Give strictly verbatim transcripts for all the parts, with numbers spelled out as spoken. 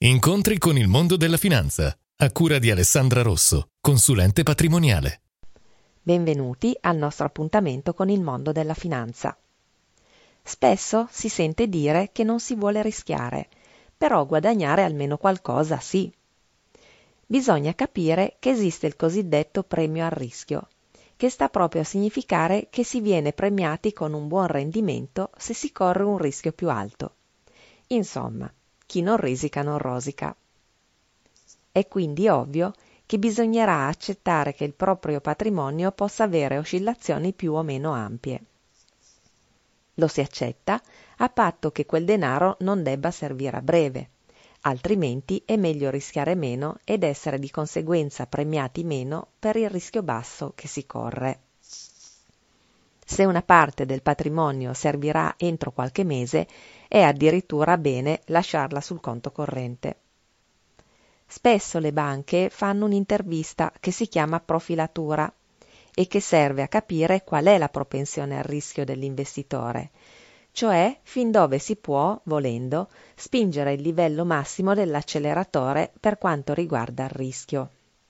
Incontri con il mondo della finanza, a cura di Alessandra Rosso, consulente patrimoniale. Benvenuti al nostro appuntamento con il mondo della finanza. Spesso si sente dire che non si vuole rischiare, però guadagnare almeno qualcosa sì. Bisogna capire che esiste il cosiddetto premio al rischio, che sta proprio a significare che si viene premiati con un buon rendimento se si corre un rischio più alto. Insomma, chi non risica non rosica. È quindi ovvio che bisognerà accettare che il proprio patrimonio possa avere oscillazioni più o meno ampie. Lo si accetta a patto che quel denaro non debba servire a breve, altrimenti è meglio rischiare meno ed essere di conseguenza premiati meno per il rischio basso che si corre. Se una parte del patrimonio servirà entro qualche mese, è addirittura bene lasciarla sul conto corrente. Spesso le banche fanno un'intervista che si chiama profilatura e che serve a capire qual è la propensione al rischio dell'investitore, cioè fin dove si può, volendo, spingere il livello massimo dell'acceleratore per quanto riguarda il rischio.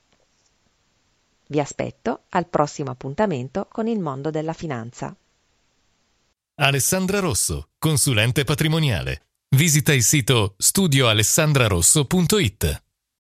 Vi aspetto al prossimo appuntamento con il mondo della finanza. Alessandra Rosso, consulente patrimoniale. Visita il sito studio alessandra rosso punto it.